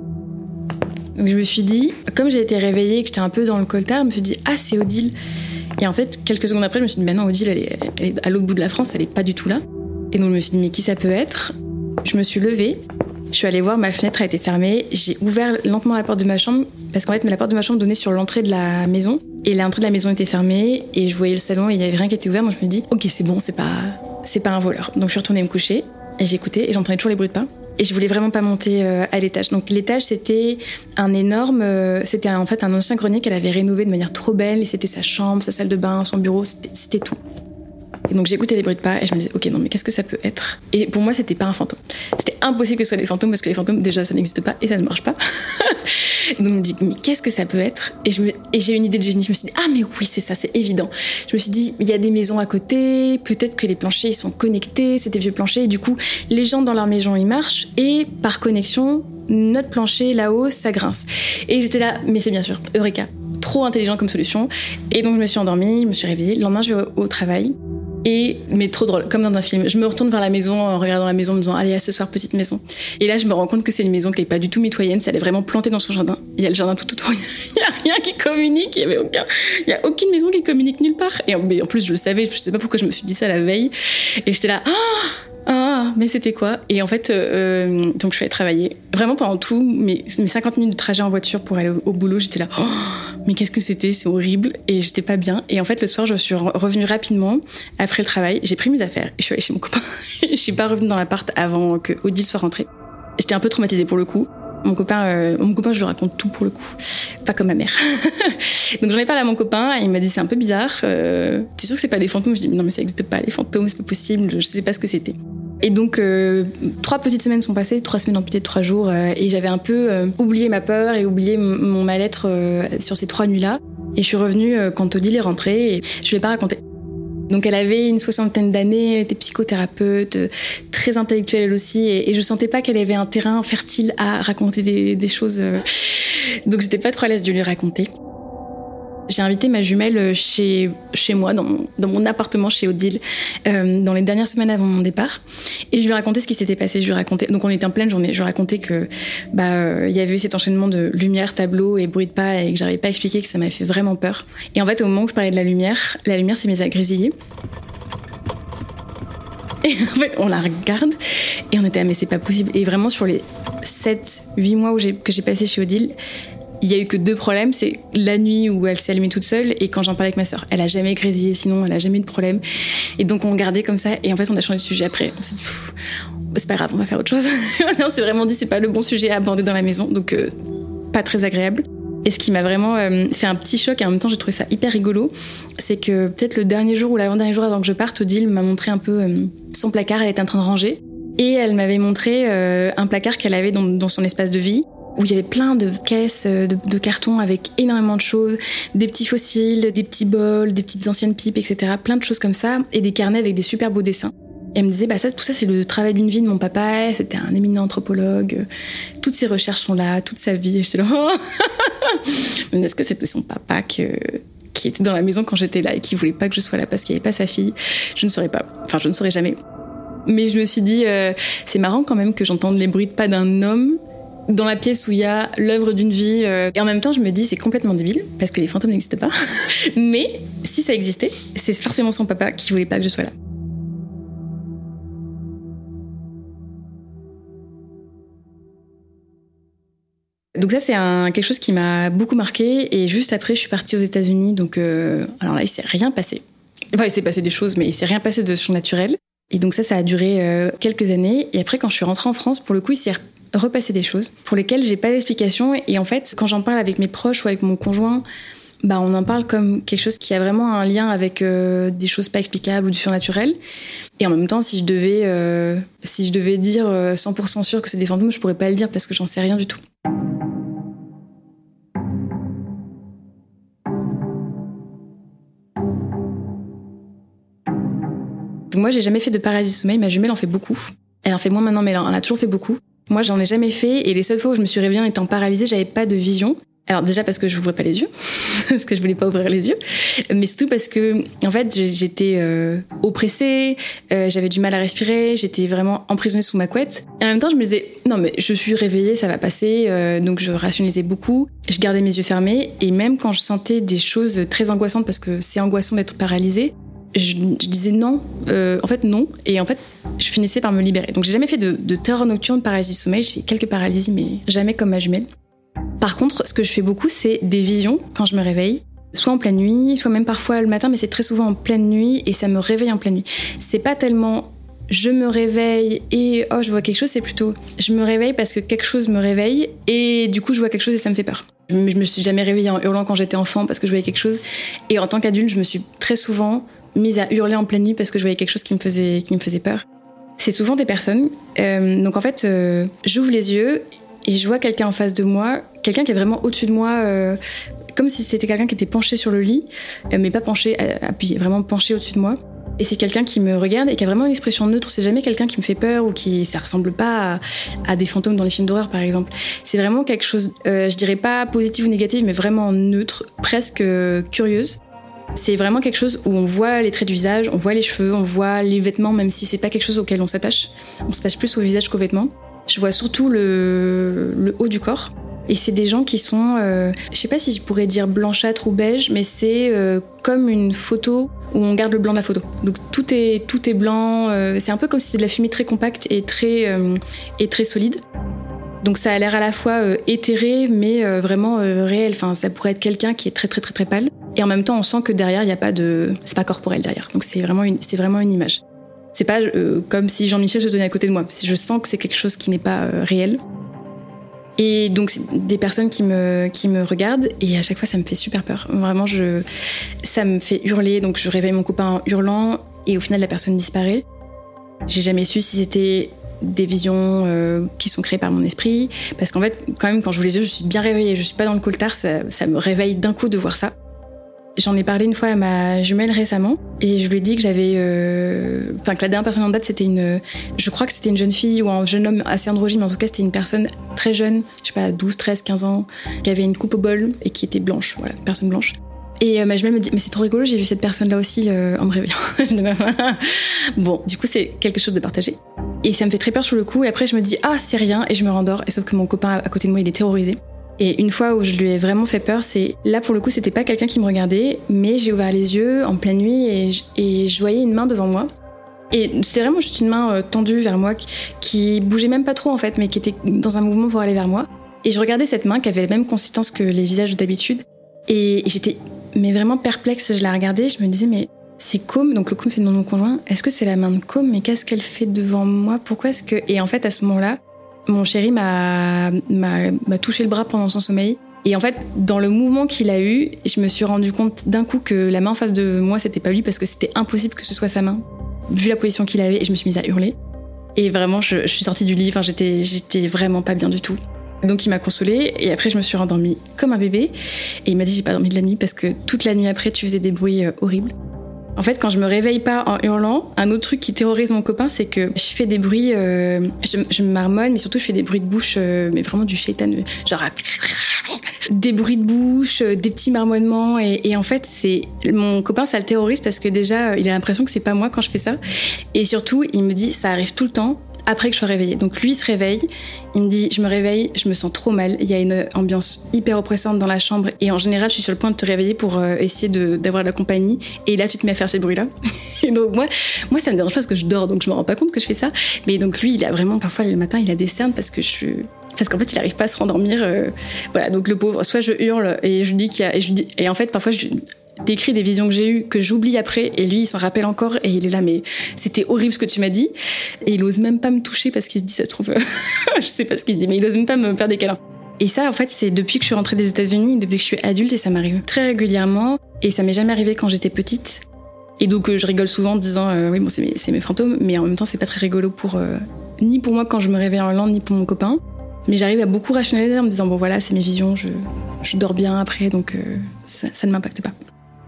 Speaker 6: Donc je me suis dit, comme j'ai été réveillée et que j'étais un peu dans le coltard, je me suis dit ah c'est Odile. Et en fait quelques secondes après je me suis dit mais non, Odile elle est, elle est à l'autre bout de la France, elle est pas du tout là. Et donc je me suis dit mais qui ça peut être ? Je me suis levée, je suis allée voir, ma fenêtre a été fermée, j'ai ouvert lentement la porte de ma chambre parce qu'en fait la porte de ma chambre donnait sur l'entrée de la maison et l'entrée de la maison était fermée et je voyais le salon et il y avait rien qui était ouvert, donc je me dis ok c'est bon, c'est pas c'est pas un voleur. Donc je suis retournée me coucher et j'écoutais et j'entendais toujours les bruits de pas. Et je voulais vraiment pas monter euh, à l'étage. Donc l'étage, c'était un énorme... Euh, c'était un, en fait un ancien grenier qu'elle avait rénové de manière trop belle. Et c'était sa chambre, sa salle de bain, son bureau, c'était, c'était tout. Et donc j'écoutais les bruits de pas et je me disais, ok, non mais qu'est-ce que ça peut être ? Et pour moi, c'était pas un fantôme. C'était impossible que ce soit des fantômes parce que les fantômes, déjà, ça n'existe pas et ça ne marche pas. Donc je me dis, mais qu'est-ce que ça peut être ? Et, je me, et j'ai eu une idée de génie. Je me suis dit, ah mais oui, c'est ça, c'est évident. Je me suis dit, il y a des maisons à côté, peut-être que les planchers ils sont connectés, c'est des vieux planchers. Et du coup, les gens dans leur maison, ils marchent et par connexion, notre plancher là-haut, ça grince. Et j'étais là, mais c'est bien sûr, Eureka. Trop intelligent comme solution. Et donc je me suis endormie, je me suis réveillée. Le lendemain, je vais au, au travail. Et, mais trop drôle, comme dans un film. Je me retourne vers la maison en regardant la maison en me disant allez à ce soir petite maison. Et là je me rends compte que c'est une maison qui est pas du tout mitoyenne, elle est vraiment plantée dans son jardin. Il y a le jardin tout autour, il y a rien qui communique, il y avait aucun, il y a aucune maison qui communique nulle part. Et en, en plus je le savais, je sais pas pourquoi je me suis dit ça la veille. Et j'étais là ah ah mais c'était quoi ? Et en fait euh, donc je suis allée travailler. Vraiment pendant tout mes, mes cinquante minutes de trajet en voiture pour aller au, au boulot, j'étais là oh, mais qu'est-ce que c'était ? C'est horrible et j'étais pas bien. Et en fait le soir je suis revenue rapidement après le travail, j'ai pris mes affaires et je suis allée chez mon copain. Je suis pas revenue dans l'appart avant que Odile soit rentrée. J'étais un peu traumatisée pour le coup. Mon copain, euh, mon copain, je lui raconte tout pour le coup, pas comme ma mère. Donc j'en ai parlé à mon copain et il m'a dit c'est un peu bizarre. Euh, T'es sûr que c'est pas des fantômes ? Je dis non mais ça existe pas les fantômes, c'est pas possible. Je sais pas ce que c'était. Et donc euh, trois petites semaines sont passées, trois semaines amputées de trois jours, euh, et j'avais un peu euh, oublié ma peur et oublié m- mon mal-être euh, sur ces trois nuits-là. Et je suis revenue euh, quand Odile est rentrée et je lui ai pas raconté. Donc elle avait une soixantaine d'années, elle était psychothérapeute, très intellectuelle elle aussi, et, et je sentais pas qu'elle avait un terrain fertile à raconter des, des choses. Euh, donc j'étais pas trop à l'aise de lui raconter. J'ai invité ma jumelle chez, chez moi, dans mon, dans mon appartement chez Odile, euh, dans les dernières semaines avant mon départ. Et je lui ai raconté ce qui s'était passé. Je lui ai raconté, donc on était en pleine journée. Je lui ai raconté que bah, euh, y avait eu cet enchaînement de lumière, tableau et bruit de pas et que j'arrivais pas à expliquer, que ça m'avait fait vraiment peur. Et en fait, au moment où je parlais de la lumière, la lumière s'est mise à grésiller. Et en fait, on la regarde et on était, ah mais c'est pas possible. Et vraiment, sur les sept huit mois où j'ai, que j'ai passé chez Odile, il y a eu que deux problèmes, c'est la nuit où elle s'est allumée toute seule et quand j'en parlais avec ma sœur. Elle a jamais grésillé, sinon elle a jamais eu de problème. Et donc on regardait comme ça et en fait on a changé de sujet après. On s'est dit, pff, c'est pas grave, on va faire autre chose. On s'est vraiment dit, c'est pas le bon sujet à aborder dans la maison, donc euh, pas très agréable. Et ce qui m'a vraiment euh, fait un petit choc et en même temps j'ai trouvé ça hyper rigolo, c'est que peut-être le dernier jour ou l'avant-dernier jour avant que je parte, Odile m'a montré un peu euh, son placard, elle était en train de ranger. Et elle m'avait montré euh, un placard qu'elle avait dans, dans son espace de vie, où il y avait plein de caisses de, de cartons avec énormément de choses, des petits fossiles, des petits bols, des petites anciennes pipes, et cetera. Plein de choses comme ça, et des carnets avec des super beaux dessins. Et elle me disait, bah ça, tout ça, c'est le travail d'une vie de mon papa, c'était un éminent anthropologue, toutes ses recherches sont là, toute sa vie, et j'étais là, oh mais est-ce que c'était son papa que... qui était dans la maison quand j'étais là et qui voulait pas que je sois là parce qu'il n'y avait pas sa fille? Je ne saurais pas, enfin je ne saurais jamais. Mais je me suis dit, euh, c'est marrant quand même que j'entende les bruits de pas d'un homme dans la pièce où il y a l'œuvre d'une vie. Euh, et en même temps, je me dis, c'est complètement débile, parce que les fantômes n'existent pas. Mais si ça existait, c'est forcément son papa qui voulait pas que je sois là. Donc ça, c'est un, quelque chose qui m'a beaucoup marqué. Et juste après, je suis partie aux États-Unis. Donc, euh, alors là, il s'est rien passé. Enfin, il s'est passé des choses, mais il s'est rien passé de surnaturel. Et donc ça, ça a duré euh, quelques années. Et après, quand je suis rentrée en France, pour le coup, il s'est repassé des choses pour lesquelles j'ai pas d'explication. Et en fait, quand j'en parle avec mes proches ou avec mon conjoint, bah, on en parle comme quelque chose qui a vraiment un lien avec euh, des choses pas explicables ou du surnaturel. Et en même temps, si je devais, euh, si je devais dire euh, cent pour cent sûr que c'est des fantômes, je pourrais pas le dire parce que j'en sais rien du tout. Moi, j'ai jamais fait de paralysie du sommeil. Ma jumelle en fait beaucoup. Elle en fait moins maintenant, mais elle en a toujours fait beaucoup. Moi, j'en ai jamais fait. Et les seules fois où je me suis réveillée en étant paralysée, j'avais pas de vision. Alors déjà parce que je n'ouvrais pas les yeux, parce que je voulais pas ouvrir les yeux, mais surtout parce que en fait j'étais euh, oppressée, euh, j'avais du mal à respirer, j'étais vraiment emprisonnée sous ma couette. Et en même temps je me disais non mais je suis réveillée, ça va passer, euh, donc je rationalisais beaucoup, je gardais mes yeux fermés et même quand je sentais des choses très angoissantes parce que c'est angoissant d'être paralysée, je, je disais non, euh, en fait non, et en fait je finissais par me libérer. Donc j'ai jamais fait de, de terreur nocturne, de paralysie du sommeil, j'ai fait quelques paralysies mais jamais comme ma jumelle. Par contre, ce que je fais beaucoup, c'est des visions quand je me réveille, soit en pleine nuit, soit même parfois le matin, mais c'est très souvent en pleine nuit et ça me réveille en pleine nuit. C'est pas tellement je me réveille et oh je vois quelque chose, c'est plutôt je me réveille parce que quelque chose me réveille et du coup je vois quelque chose et ça me fait peur. Je me suis jamais réveillée en hurlant quand j'étais enfant parce que je voyais quelque chose et en tant qu'adulte, je me suis très souvent mise à hurler en pleine nuit parce que je voyais quelque chose qui me faisait, qui me faisait peur. C'est souvent des personnes. Euh, donc en fait, euh, j'ouvre les yeux et je vois quelqu'un en face de moi, quelqu'un qui est vraiment au-dessus de moi, euh, comme si c'était quelqu'un qui était penché sur le lit, euh, mais pas penché, appuyé, vraiment penché au-dessus de moi. Et c'est quelqu'un qui me regarde et qui a vraiment une expression neutre. C'est jamais quelqu'un qui me fait peur ou qui, ça ressemble pas à, à des fantômes dans les films d'horreur, par exemple. C'est vraiment quelque chose, euh, je dirais pas positif ou négatif, mais vraiment neutre, presque euh, curieuse. C'est vraiment quelque chose où on voit les traits du visage, on voit les cheveux, on voit les vêtements, même si c'est pas quelque chose auquel on s'attache. On s'attache plus au visage qu'aux vêtements. Je vois surtout le, le haut du corps. Et c'est des gens qui sont, euh, je sais pas si je pourrais dire blanchâtre ou beige, mais c'est euh, comme une photo où on garde le blanc de la photo. Donc tout est, tout est blanc, euh, c'est un peu comme si c'était de la fumée très compacte et très, euh, et très solide. Donc ça a l'air à la fois euh, éthéré, mais euh, vraiment euh, réel. Enfin, ça pourrait être quelqu'un qui est très très très très pâle. Et en même temps, on sent que derrière, il y a pas de, c'est pas corporel derrière. Donc c'est vraiment une, c'est vraiment une image. C'est pas euh, comme si Jean-Michel se tenait à côté de moi. Je sens que c'est quelque chose qui n'est pas euh, réel. Et donc, c'est des personnes qui me, qui me regardent et à chaque fois, ça me fait super peur. Vraiment, je, ça me fait hurler. Donc, je réveille mon copain en hurlant et au final, la personne disparaît. J'ai jamais su si c'était des visions euh, qui sont créées par mon esprit. Parce qu'en fait, quand même, quand j'ouvre les yeux, je suis bien réveillée. Je suis pas dans le coltard. Ça, ça me réveille d'un coup de voir ça. J'en ai parlé une fois à ma jumelle récemment et je lui ai dit que j'avais... Euh... Enfin, que la dernière personne en date, c'était une... Je crois que c'était une jeune fille ou un jeune homme assez androgyne, mais en tout cas, c'était une personne très jeune, je sais pas, douze, treize, quinze ans, qui avait une coupe au bol et qui était blanche, voilà, personne blanche. Et euh, ma jumelle me dit « Mais c'est trop rigolo, j'ai vu cette personne-là aussi euh, en me réveillant. » Bon, du coup, c'est quelque chose de partagé. Et ça me fait très peur sur le coup et après, je me dis « Ah, c'est rien » et je me rendors. Et sauf que mon copain à côté de moi, il est terrorisé. Et une fois où je lui ai vraiment fait peur, c'est là pour le coup, c'était pas quelqu'un qui me regardait, mais j'ai ouvert les yeux en pleine nuit et je, et je voyais une main devant moi. Et c'était vraiment juste une main euh, tendue vers moi, qui, qui bougeait même pas trop en fait, mais qui était dans un mouvement pour aller vers moi. Et je regardais cette main qui avait la même consistance que les visages d'habitude. Et, et j'étais mais vraiment perplexe. Je la regardais, je me disais mais c'est Com, donc le Com c'est le nom de mon conjoint. Est-ce que c'est la main de Com? Mais qu'est-ce qu'elle fait devant moi? Pourquoi est-ce que... Et en fait à ce moment-là, mon chéri m'a, m'a, m'a touché le bras pendant son sommeil. Et en fait, dans le mouvement qu'il a eu, je me suis rendu compte d'un coup que la main en face de moi, c'était pas lui parce que c'était impossible que ce soit sa main. Vu la position qu'il avait, et je me suis mise à hurler. Et vraiment, je, je suis sortie du lit, enfin, j'étais, j'étais vraiment pas bien du tout. Donc il m'a consolée et après je me suis rendormie comme un bébé. Et il m'a dit j'ai pas dormi de la nuit parce que toute la nuit après tu faisais des bruits euh, horribles. En fait, quand je me réveille pas en hurlant, un autre truc qui terrorise mon copain, c'est que je fais des bruits, euh, je, je me marmonne, mais surtout je fais des bruits de bouche, euh, mais vraiment du shaitan, genre des bruits de bouche, euh, des petits marmonnements, et, et en fait, c'est mon copain, ça le terrorise parce que déjà, il a l'impression que c'est pas moi quand je fais ça, et surtout, il me dit, ça arrive tout le temps. Après que je sois réveillée. Donc lui il se réveille, il me dit je me réveille, je me sens trop mal, il y a une ambiance hyper oppressante dans la chambre et en général je suis sur le point de te réveiller pour euh, essayer de, d'avoir de la compagnie et là tu te mets à faire ces bruits-là. Et donc moi, moi ça me dérange pas parce que je dors donc je me rends pas compte que je fais ça. Mais donc lui il a vraiment parfois le matin il a des cernes parce que je... parce qu'en fait il arrive pas à se rendormir. Euh, voilà, donc le pauvre, soit je hurle et je lui dis qu'il y a, et je lui dis, et en fait parfois je décris des visions que j'ai eues que j'oublie après, et lui il s'en rappelle encore et il est là, mais c'était horrible ce que tu m'as dit, et il ose même pas me toucher parce qu'il se dit, ça se trouve, je sais pas ce qu'il se dit, mais il ose même pas me faire des câlins. Et ça, en fait, c'est depuis que je suis rentrée des États-Unis, depuis que je suis adulte, et ça m'arrive très régulièrement, et ça m'est jamais arrivé quand j'étais petite. Et donc je rigole souvent en disant euh, oui bon c'est mes, c'est mes fantômes, mais en même temps c'est pas très rigolo pour euh, ni pour moi quand je me réveille en Irlande, ni pour mon copain. Mais j'arrive à beaucoup rationaliser en me disant bon voilà c'est mes visions, je, je dors bien après, donc euh, ça, ça ne m'impacte pas.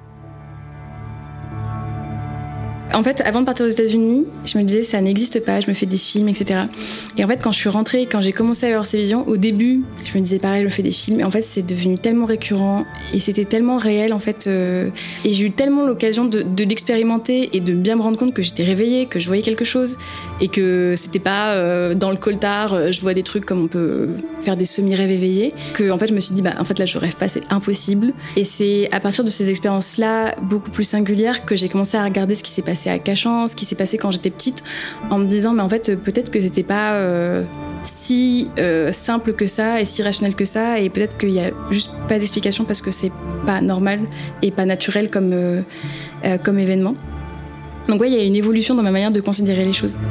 Speaker 6: En fait, avant de partir aux États-Unis, je me disais ça n'existe pas, je me fais des films, et cetera. Et en fait, quand je suis rentrée, quand j'ai commencé à avoir ces visions, au début, je me disais pareil, je me fais des films. Et en fait, c'est devenu tellement récurrent et c'était tellement réel en fait. Euh, et j'ai eu tellement l'occasion de, de l'expérimenter et de bien me rendre compte que j'étais réveillée, que je voyais quelque chose et que c'était pas euh, dans le coltard, euh, je vois des trucs comme on peut faire des semi-rêves éveillés. Que en fait, je me suis dit bah en fait là, je rêve pas, c'est impossible. Et c'est à partir de ces expériences-là, beaucoup plus singulières, que j'ai commencé à regarder ce qui s'est passé à Cachan, ce qui s'est passé quand j'étais petite, en me disant mais en fait peut-être que c'était pas euh, si euh, simple que ça et si rationnel que ça, et peut-être qu'il y a juste pas d'explication parce que c'est pas normal et pas naturel comme, euh, euh, comme événement. Donc ouais, il y a une évolution dans ma manière de considérer les choses.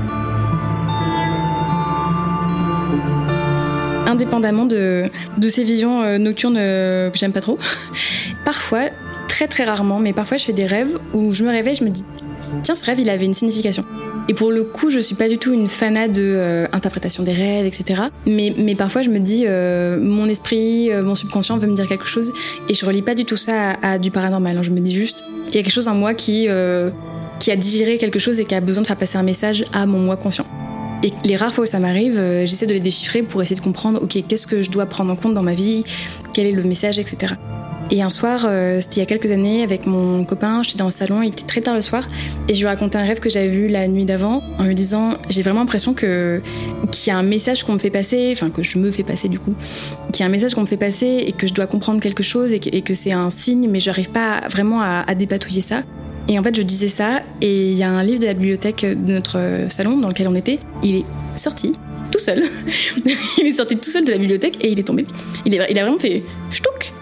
Speaker 6: Indépendamment de, de ces visions euh, nocturnes euh, que j'aime pas trop, parfois, très très rarement, mais parfois je fais des rêves où je me réveille, je me dis tiens, ce rêve, il avait une signification. Et pour le coup, je suis pas du tout une fanat de euh, interprétation des rêves, et cetera. Mais, mais parfois, je me dis, euh, mon esprit, euh, mon subconscient veut me dire quelque chose, et je relie pas du tout ça à, à du paranormal. Hein. Je me dis juste, il y a quelque chose en moi qui, euh, qui a digéré quelque chose et qui a besoin de faire passer un message à mon moi conscient. Et les rares fois où ça m'arrive, euh, j'essaie de les déchiffrer pour essayer de comprendre, ok, qu'est-ce que je dois prendre en compte dans ma vie, quel est le message, et cetera. Et un soir, euh, c'était il y a quelques années, avec mon copain, j'étais dans le salon, il était très tard le soir, et je lui racontais un rêve que j'avais vu la nuit d'avant, en lui disant, j'ai vraiment l'impression que, qu'il y a un message qu'on me fait passer, enfin que je me fais passer du coup, qu'il y a un message qu'on me fait passer et que je dois comprendre quelque chose et que, et que c'est un signe, mais je n'arrive pas vraiment à, à dépatouiller ça. Et en fait, je disais ça, et il y a un livre de la bibliothèque de notre salon dans lequel on était, il est sorti, tout seul. Il est sorti tout seul de la bibliothèque et il est tombé. Il, est, il a vraiment fait ch'touk.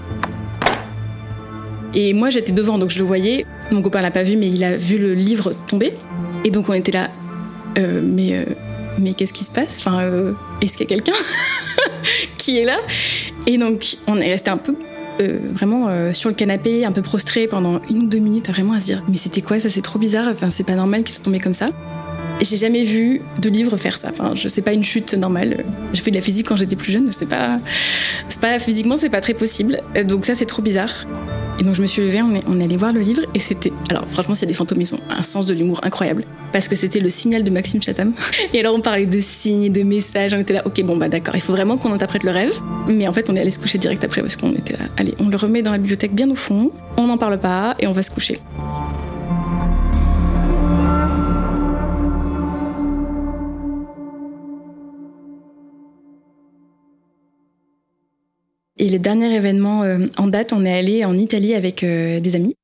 Speaker 6: Et moi, j'étais devant, donc je le voyais. Mon copain l'a pas vu, mais il a vu le livre tomber. Et donc, on était là. Euh, mais, euh, mais qu'est-ce qui se passe ? Enfin, euh, est-ce qu'il y a quelqu'un qui est là ? Et donc, on est resté un peu euh, vraiment euh, sur le canapé, un peu prostré pendant une ou deux minutes, à vraiment à se dire mais c'était quoi ça ? C'est trop bizarre. Enfin, c'est pas normal qu'ils soient tombés comme ça. Et j'ai jamais vu de livre faire ça. Enfin, je sais pas une chute normale. J'ai fait de la physique quand j'étais plus jeune. C'est pas, c'est pas physiquement, c'est pas très possible. Donc ça, c'est trop bizarre. Et donc je me suis levée, on est, on est allé voir le livre et c'était... Alors franchement, s'il y a des fantômes, ils ont un sens de l'humour incroyable. Parce que c'était le signal de Maxime Chatham. Et alors on parlait de signes, de messages, on était là, ok bon bah d'accord, il faut vraiment qu'on interprète le rêve. Mais en fait on est allé se coucher direct après parce qu'on était là, allez, on le remet dans la bibliothèque bien au fond, on n'en parle pas et on va se coucher. Et le dernier événement euh, en date, on est allé en Italie avec euh, des amis.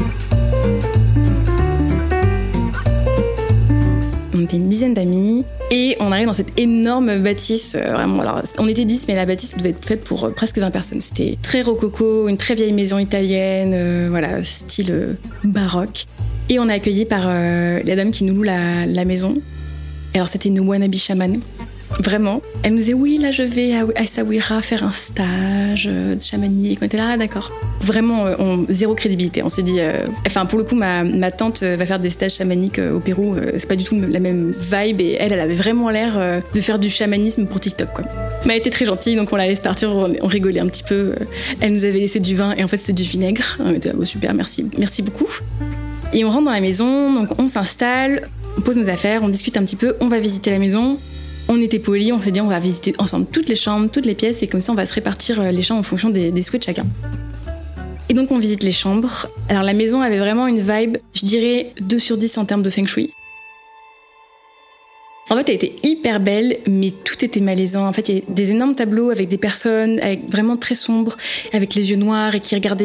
Speaker 6: On était une dizaine d'amis et on arrive dans cette énorme bâtisse. Euh, vraiment, alors, on était dix, mais la bâtisse devait être faite pour euh, presque vingt personnes. C'était très rococo, une très vieille maison italienne, euh, voilà, style euh, baroque. Et on est accueillis par euh, la dame qui nous loue la, la maison. Et alors c'était une wannabe chamane. Vraiment. Elle nous disait oui, là je vais à Essaouira faire un stage de chamanique. On était là, ah, d'accord. Vraiment, on, zéro crédibilité. On s'est dit, euh, enfin pour le coup, ma, ma tante va faire des stages chamaniques au Pérou. Euh, c'est pas du tout la même vibe et elle, elle avait vraiment l'air euh, de faire du chamanisme pour TikTok, quoi. Mais elle était très gentille, donc on la laisse partir. On, on rigolait un petit peu. Elle nous avait laissé du vin et en fait c'était du vinaigre. On était là, oh, super, merci, merci beaucoup. Et on rentre dans la maison, donc on s'installe, on pose nos affaires, on discute un petit peu, on va visiter la maison. On était polis, on s'est dit on va visiter ensemble toutes les chambres, toutes les pièces et comme ça on va se répartir les chambres en fonction des, des souhaits de chacun. Et donc on visite les chambres. Alors la maison avait vraiment une vibe, je dirais deux sur dix en termes de feng shui. En fait elle était hyper belle mais tout était malaisant. En fait il y avait des énormes tableaux avec des personnes avec vraiment très sombres, avec les yeux noirs et qui regardaient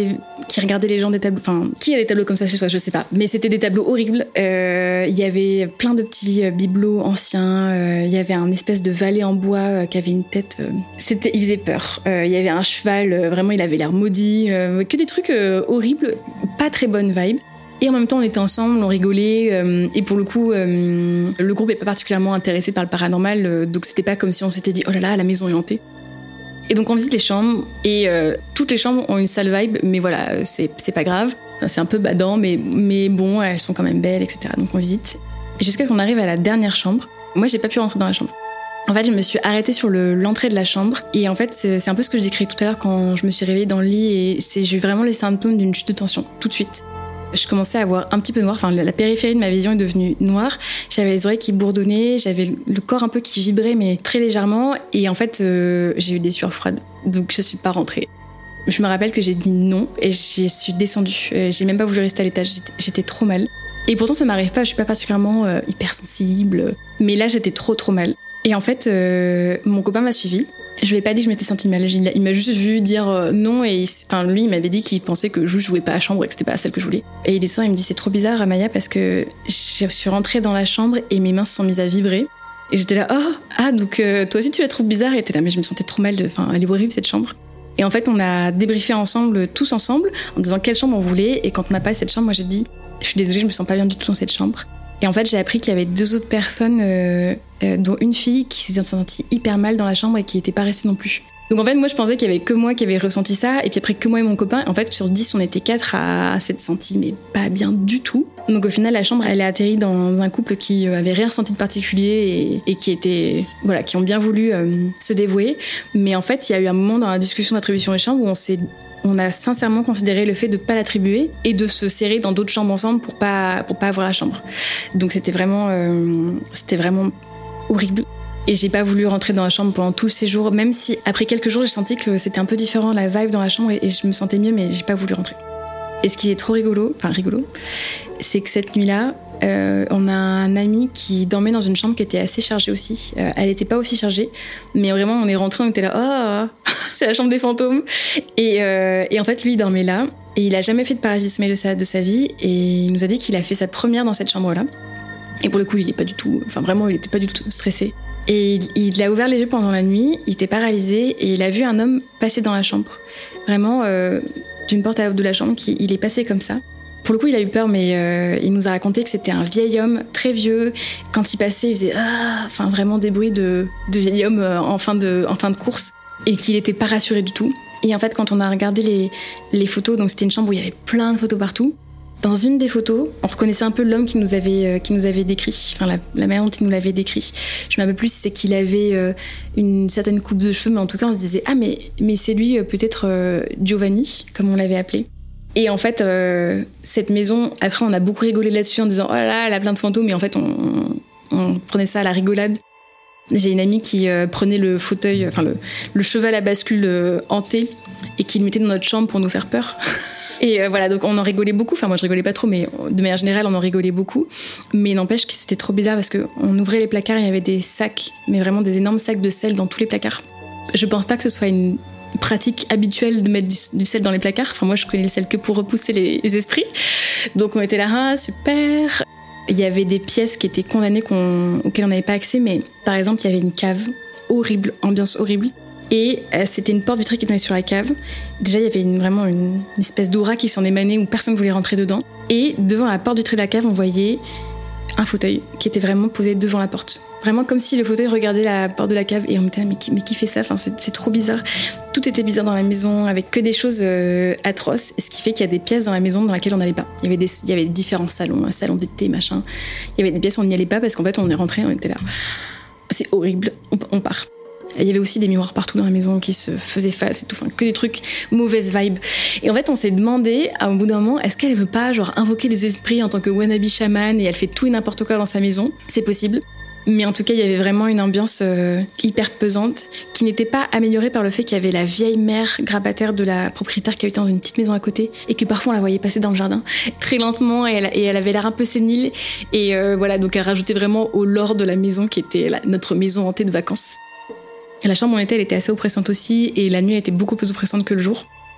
Speaker 6: qui regardait les gens des tableaux. Enfin, qui a des tableaux comme ça chez soi, je sais pas. Mais c'était des tableaux horribles. Euh, il y avait plein de petits bibelots anciens. Euh, il y avait un espèce de valet en bois euh, qui avait une tête. Euh, c'était, il faisait peur. Euh, il y avait un cheval. Euh, vraiment, il avait l'air maudit. Euh, que des trucs euh, horribles. Pas très bonne vibe. Et en même temps, on était ensemble, on rigolait. Euh, et pour le coup, euh, le groupe n'est pas particulièrement intéressé par le paranormal. Euh, donc c'était pas comme si on s'était dit oh là là, la maison est hantée. Et donc on visite les chambres, et euh, toutes les chambres ont une sale vibe, mais voilà, c'est, c'est pas grave. C'est un peu badant, mais, mais bon, elles sont quand même belles, et cetera. Donc on visite. Et jusqu'à ce qu'on arrive à la dernière chambre, moi j'ai pas pu rentrer dans la chambre. En fait, je me suis arrêtée sur le, l'entrée de la chambre, et en fait, c'est, c'est un peu ce que je décris tout à l'heure quand je me suis réveillée dans le lit, et c'est, j'ai eu vraiment les symptômes d'une chute de tension, tout de suite. Je commençais à voir un petit peu noir, enfin la périphérie de ma vision est devenue noire. J'avais les oreilles qui bourdonnaient, j'avais le corps un peu qui vibrait, mais très légèrement. Et en fait, euh, j'ai eu des sueurs froides, donc je suis pas rentrée. Je me rappelle que j'ai dit non et je suis descendue. J'ai même pas voulu rester à l'étage, j'étais, j'étais trop mal. Et pourtant ça m'arrive pas, je suis pas particulièrement euh, hypersensible. Mais là j'étais trop trop mal. Et en fait, euh, mon copain m'a suivie. Je lui ai pas dit que je m'étais sentie mal. Il m'a juste vu dire euh, non et enfin lui il m'avait dit qu'il pensait que je jouais pas à la chambre et que c'était pas celle que je voulais. Et il descend, il me dit c'est trop bizarre Amaya parce que je suis rentrée dans la chambre et mes mains se sont mises à vibrer. Et j'étais là oh ah donc euh, toi aussi tu la trouves bizarre et t'es là mais je me sentais trop mal. Enfin elle est horrible cette chambre. Et en fait on a débriefé ensemble tous ensemble en disant quelle chambre on voulait et quand on a parlé de cette chambre moi j'ai dit je suis désolée je me sens pas bien du tout dans cette chambre. Et en fait, j'ai appris qu'il y avait deux autres personnes, euh, euh, dont une fille qui s'était sentie hyper mal dans la chambre et qui n'était pas restée non plus. Donc en fait, moi, je pensais qu'il y avait que moi qui avait ressenti ça, et puis après que moi et mon copain. En fait, sur dix, on était quatre à s'être sentis, mais pas bien du tout. Donc au final, la chambre, elle est atterrie dans un couple qui avait rien ressenti de particulier et, et qui était, voilà, qui ont bien voulu euh, se dévouer. Mais en fait, il y a eu un moment dans la discussion d'attribution des chambres où on s'est On a sincèrement considéré le fait de ne pas l'attribuer et de se serrer dans d'autres chambres ensemble pour pas pour pas avoir la chambre. Donc c'était vraiment euh, c'était vraiment horrible. Et j'ai pas voulu rentrer dans la chambre pendant tout le séjour, même si après quelques jours j'ai senti que c'était un peu différent la vibe dans la chambre et, et je me sentais mieux, mais j'ai pas voulu rentrer. Et ce qui est trop rigolo, enfin rigolo, c'est que cette nuit-là, euh, on a un ami qui dormait dans une chambre qui était assez chargée aussi. Euh, elle était pas aussi chargée, mais vraiment on est rentrés, on était là, oh, c'est la chambre des fantômes. Et, euh, et en fait lui il dormait là et il a jamais fait de paralysie de sommeil de sa, de sa vie et il nous a dit qu'il a fait sa première dans cette chambre-là. Et pour le coup il est pas du tout, enfin vraiment il était pas du tout stressé. Et il, il a ouvert les yeux pendant la nuit, il était paralysé et il a vu un homme passer dans la chambre. Vraiment euh, d'une porte à l'autre de la chambre, qui, il est passé comme ça. Pour le coup, il a eu peur, mais euh, il nous a raconté que c'était un vieil homme très vieux. Quand il passait, il faisait ah, enfin vraiment des bruits de, de vieil homme euh, en fin de, en fin de course, et qu'il n'était pas rassuré du tout. Et en fait, quand on a regardé les, les photos, donc c'était une chambre où il y avait plein de photos partout. Dans une des photos, on reconnaissait un peu l'homme qui nous avait, euh, qui nous avait décrit, enfin la, la manière dont il nous l'avait décrit. Je me rappelle plus, c'est qu'il avait euh, une certaine coupe de cheveux, mais en tout cas, on se disait ah mais mais c'est lui euh, peut-être euh, Giovanni, comme on l'avait appelé. Et en fait, euh, cette maison, après, on a beaucoup rigolé là-dessus en disant oh là là, elle a plein de fantômes, mais en fait, on, on prenait ça à la rigolade. J'ai une amie qui euh, prenait le fauteuil, enfin le, le cheval à bascule euh, hanté et qui le mettait dans notre chambre pour nous faire peur. Et euh, voilà, donc on en rigolait beaucoup. Enfin, moi, je rigolais pas trop, mais de manière générale, on en rigolait beaucoup. Mais n'empêche que c'était trop bizarre parce qu'on ouvrait les placards, il y avait des sacs, mais vraiment des énormes sacs de sel dans tous les placards. Je pense pas que ce soit une pratique habituelle de mettre du, du sel dans les placards. Enfin, moi, je connais le sel que pour repousser les, les esprits. Donc, on était là, ah, super. Il y avait des pièces qui étaient condamnées qu'on, auxquelles on n'avait pas accès, mais par exemple, il y avait une cave horrible, ambiance horrible. Et euh, c'était une porte vitrée qui donnait sur la cave. Déjà, il y avait une, vraiment une, une espèce d'aura qui s'en émanait où personne ne voulait rentrer dedans. Et devant la porte vitrée de la cave, on voyait un fauteuil qui était vraiment posé devant la porte. Vraiment comme si le fauteuil regardait la porte de la cave et on était là, mais qui, mais qui fait ça, enfin, c'est, c'est trop bizarre. Tout était bizarre dans la maison, avec que des choses euh, atroces, ce qui fait qu'il y a des pièces dans la maison dans lesquelles on n'allait pas. Il y avait des, il y avait différents salons, un salon d'été, machin. Il y avait des pièces où on n'y allait pas parce qu'en fait, on est rentré, on était là. C'est horrible, on, on part. Il y avait aussi des miroirs partout dans la maison qui se faisaient face et tout, enfin que des trucs mauvaise vibe. Et en fait, on s'est demandé, à un bout d'un moment, est-ce qu'elle veut pas genre invoquer les esprits en tant que wannabe chaman et elle fait tout et n'importe quoi dans sa maison ? C'est possible. Mais en tout cas, il y avait vraiment une ambiance euh, hyper pesante qui n'était pas améliorée par le fait qu'il y avait la vieille mère grabataire de la propriétaire qui habitait dans une petite maison à côté et que parfois on la voyait passer dans le jardin très lentement et elle, et elle avait l'air un peu sénile. Et euh, voilà, donc elle rajoutait vraiment au lore de la maison qui était la, notre maison hantée de vacances. La chambre où on était, elle était assez oppressante aussi, et la nuit elle était beaucoup plus oppressante que le jour.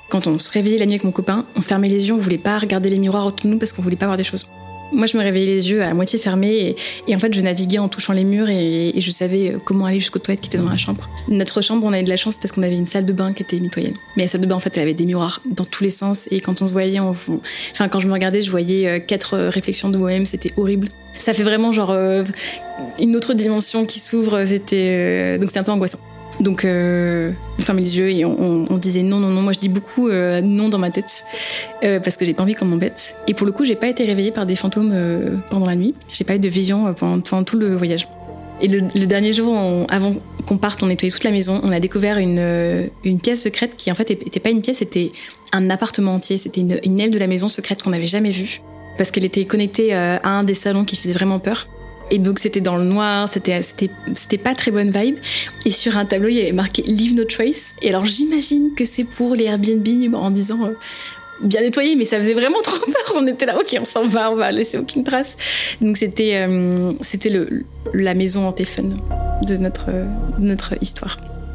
Speaker 6: Quand on se réveillait la nuit avec mon copain, on fermait les yeux, on voulait pas regarder les miroirs autour de nous parce qu'on voulait pas voir des choses. Moi, je me réveillais les yeux à moitié fermés et, et en fait, je naviguais en touchant les murs et, et je savais comment aller jusqu'aux toilettes qui étaient dans la chambre. Notre chambre, on avait de la chance parce qu'on avait une salle de bain qui était mitoyenne. Mais la salle de bain, en fait, elle avait des miroirs dans tous les sens et quand on se voyait, on, on, enfin, quand je me regardais, je voyais quatre réflexions de moi-même, c'était horrible. Ça fait vraiment genre euh, une autre dimension qui s'ouvre, c'était, euh, donc c'était un peu angoissant. Donc euh, on fermait les yeux et on, on, on disait non, non, non. Moi je dis beaucoup euh, non dans ma tête euh, parce que j'ai pas envie qu'on m'embête. Et pour le coup, j'ai pas été réveillée par des fantômes euh, pendant la nuit. J'ai pas eu de vision euh, pendant, pendant tout le voyage. Et le, le dernier jour, on, avant qu'on parte, on nettoyait toute la maison. On a découvert une, euh, une pièce secrète qui en fait était pas une pièce, c'était un appartement entier. C'était une, une aile de la maison secrète qu'on n'avait jamais vue parce qu'elle était connectée euh, à un des salons qui faisait vraiment peur. Et donc c'était dans le noir, c'était, c'était, c'était pas très bonne vibe. Et sur un tableau, il y avait marqué « Leave no trace ». Et alors j'imagine que c'est pour les Airbnb en disant euh, « bien nettoyé », mais ça faisait vraiment trop peur. On était là « ok, on s'en va, on va laisser aucune trace ». Donc c'était, euh, c'était le, la maison hantée fun de notre, euh, de notre histoire.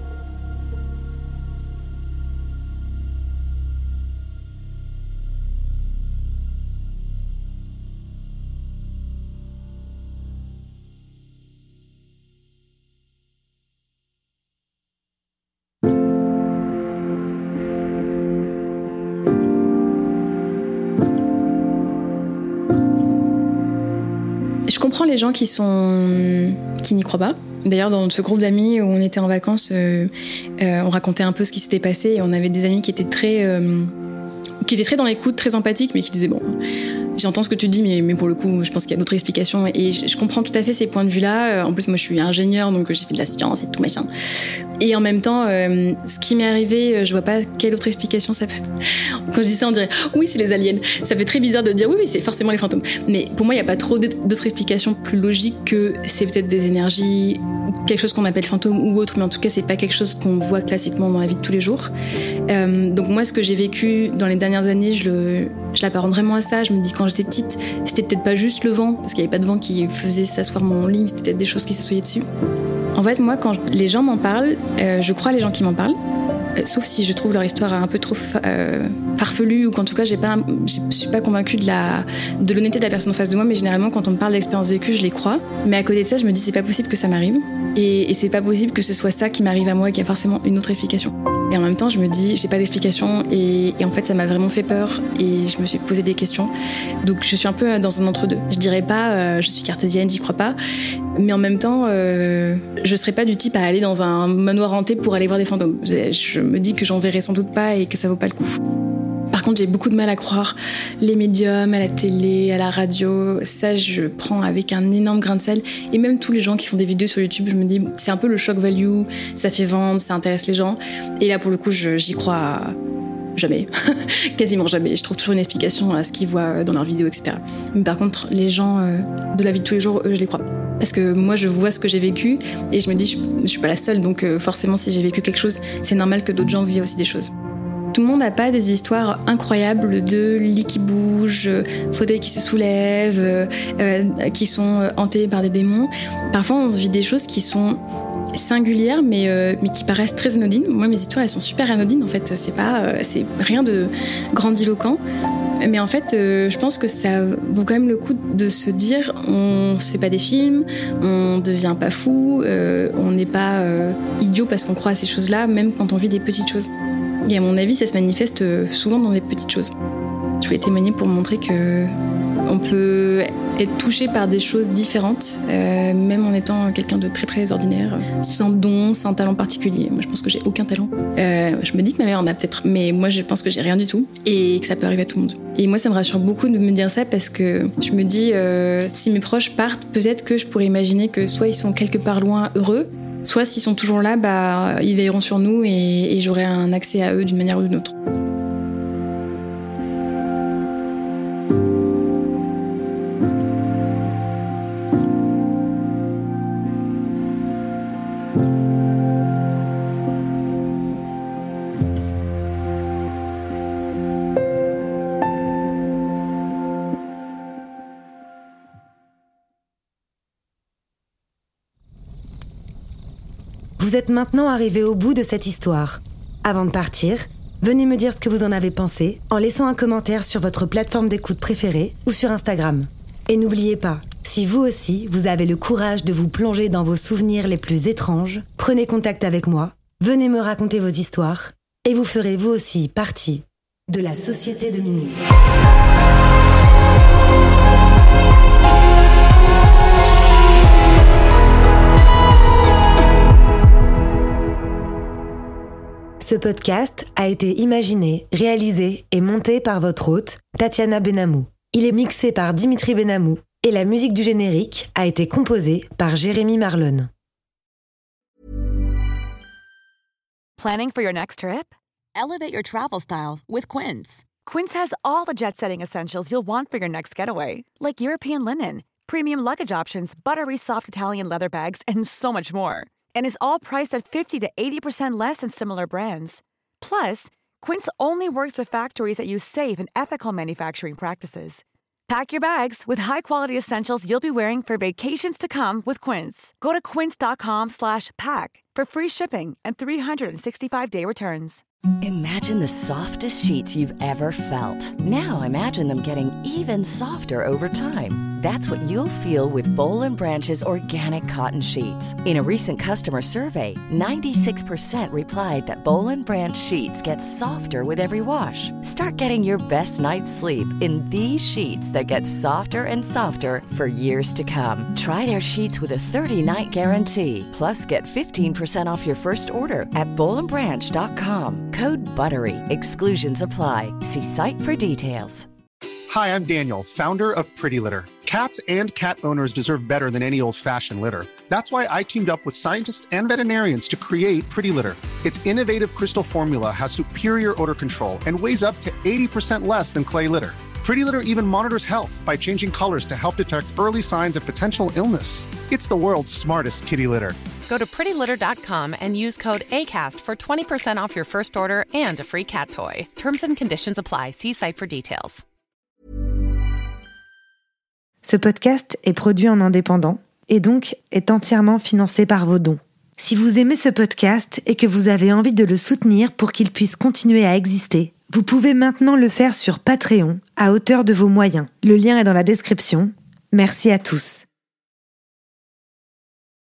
Speaker 6: Je comprends les gens qui sont qui n'y croient pas. D'ailleurs, dans ce groupe d'amis où on était en vacances, euh, euh, on racontait un peu ce qui s'était passé et on avait des amis qui étaient très, euh, qui étaient très dans l'écoute, très empathiques, mais qui disaient bon, j'entends ce que tu dis, mais, mais pour le coup, je pense qu'il y a d'autres explications. Et je, je comprends tout à fait ces points de vue-là. En plus, moi, je suis ingénieure, donc j'ai fait de la science et tout machin. Et en même temps, euh, ce qui m'est arrivé, je vois pas quelle autre explication ça peut être. Quand je dis ça, on dirait oui, c'est les aliens. Ça fait très bizarre de dire oui, oui, c'est forcément les fantômes. Mais pour moi, il y a pas trop d'autres explications plus logiques que c'est peut-être des énergies, quelque chose qu'on appelle fantôme ou autre, mais en tout cas, c'est pas quelque chose qu'on voit classiquement dans la vie de tous les jours. Euh, donc moi, ce que j'ai vécu dans les dernières années, je le, je l'apparente vraiment à ça. Je me dis quand j'étais petite, c'était peut-être pas juste le vent, parce qu'il y avait pas de vent qui faisait s'asseoir mon lit, c'était peut-être des choses qui s'assoyaient dessus. En fait, moi, quand les gens m'en parlent, euh, je crois les gens qui m'en parlent, euh, sauf si je trouve leur histoire un peu trop fa- euh, farfelue ou qu'en tout cas, j'ai pas, je suis pas convaincue de, la, de l'honnêteté de la personne en face de moi, mais généralement, quand on me parle d'expérience vécue, je les crois. Mais à côté de ça, je me dis, c'est pas possible que ça m'arrive. Et, et c'est pas possible que ce soit ça qui m'arrive à moi et qu'il y a forcément une autre explication. Et en même temps, je me dis, j'ai pas d'explication et, et en fait, ça m'a vraiment fait peur et je me suis posé des questions. Donc, je suis un peu dans un entre-deux. Je dirais pas, euh, je suis cartésienne, j'y crois pas. Mais en même temps, euh, je serais pas du type à aller dans un manoir hanté pour aller voir des fantômes. Je, je me dis que j'en verrai sans doute pas et que ça vaut pas le coup. Par contre, j'ai beaucoup de mal à croire les médiums, à la télé, à la radio. Ça, je prends avec un énorme grain de sel. Et même tous les gens qui font des vidéos sur YouTube, je me dis, c'est un peu le shock value, ça fait vendre, ça intéresse les gens. Et là, pour le coup, je, j'y crois jamais. Quasiment jamais. Je trouve toujours une explication à ce qu'ils voient dans leurs vidéos, et cetera. Mais par contre, les gens euh, de la vie de tous les jours, eux, je les crois. Parce que moi, je vois ce que j'ai vécu et je me dis, je, je suis pas la seule. Donc euh, forcément, si j'ai vécu quelque chose, c'est normal que d'autres gens vivent aussi des choses. Tout le monde n'a pas des histoires incroyables de lits qui bougent, fauteuils qui se soulèvent, euh, euh, qui sont hantés par des démons. Parfois, on vit des choses qui sont singulières, mais, euh, mais qui paraissent très anodines. Moi, mes histoires, elles sont super anodines. En fait, c'est pas, euh, c'est rien de grandiloquent. Mais en fait, euh, je pense que ça vaut quand même le coup de se dire, on se fait pas des films, on devient pas fou, euh, on n'est pas euh, idiot parce qu'on croit à ces choses-là, même quand on vit des petites choses. Et à mon avis, ça se manifeste souvent dans des petites choses. Je voulais témoigner pour montrer que on peut être touché par des choses différentes, euh, même en étant quelqu'un de très très ordinaire, sans don, sans talent particulier. Moi, je pense que j'ai aucun talent. Euh, je me dis que ma mère en a peut-être, mais moi, je pense que j'ai rien du tout et que ça peut arriver à tout le monde. Et moi, ça me rassure beaucoup de me dire ça parce que je me dis, euh, si mes proches partent, peut-être que je pourrais imaginer que soit ils sont quelque part loin heureux, soit s'ils sont toujours là, bah, ils veilleront sur nous et, et j'aurai un accès à eux d'une manière ou d'une autre.
Speaker 1: Vous êtes maintenant arrivé au bout de cette histoire. Avant de partir, Venez me dire ce que vous en avez pensé en laissant un commentaire sur votre plateforme d'écoute préférée ou sur Instagram. Et n'oubliez pas, si vous aussi, vous avez le courage de vous plonger dans vos souvenirs les plus étranges, prenez contact avec moi, venez me raconter vos histoires, et vous ferez vous aussi partie de la Société de Minuit. Ce podcast a été imaginé, réalisé et monté par votre hôte, Tatiana Benamou. Il est mixé par Dimitri Benamou et la musique du générique a été composée par Jérémy Marlon.
Speaker 7: Planning for your next trip? Elevate your travel style with Quince. Quince has all the jet-setting essentials you'll want for your next getaway, like European linen, premium luggage options, buttery soft Italian leather bags, and so much more. And is all priced at fifty to eighty percent less than similar brands. Plus, Quince only works with factories that use safe and ethical manufacturing practices. Pack your bags with high-quality essentials you'll be wearing for vacations to come with Quince. Go to quince.com slash pack for free shipping and three sixty-five day returns.
Speaker 8: Imagine the softest sheets you've ever felt. Now imagine them getting even softer over time. That's what you'll feel with Boll and Branch's organic cotton sheets. In a recent customer survey, ninety-six percent replied that Boll and Branch sheets get softer with every wash. Start getting your best night's sleep in these sheets that get softer and softer for years to come. Try their sheets with a thirty-night guarantee. Plus, get fifteen percent off your first order at boll and branch dot com. Code BUTTERY. Exclusions apply. See site for details.
Speaker 9: Hi, I'm Daniel, founder of Pretty Litter. Cats and cat owners deserve better than any old-fashioned litter. That's why I teamed up with scientists and veterinarians to create Pretty Litter. Its innovative crystal formula has superior odor control and weighs up to eighty percent less than clay litter. Pretty Litter even monitors health by changing colors to help detect early signs of potential illness. It's the world's smartest kitty litter.
Speaker 10: Go to pretty litter dot com and use code ACAST for twenty percent off your first order and a free cat toy. Terms and conditions apply. See site for details.
Speaker 1: Ce podcast est produit en indépendant et donc est entièrement financé par vos dons. Si vous aimez ce podcast et que vous avez envie de le soutenir pour qu'il puisse continuer à exister, vous pouvez maintenant le faire sur Patreon à hauteur de vos moyens. Le lien est dans la description. Merci à tous.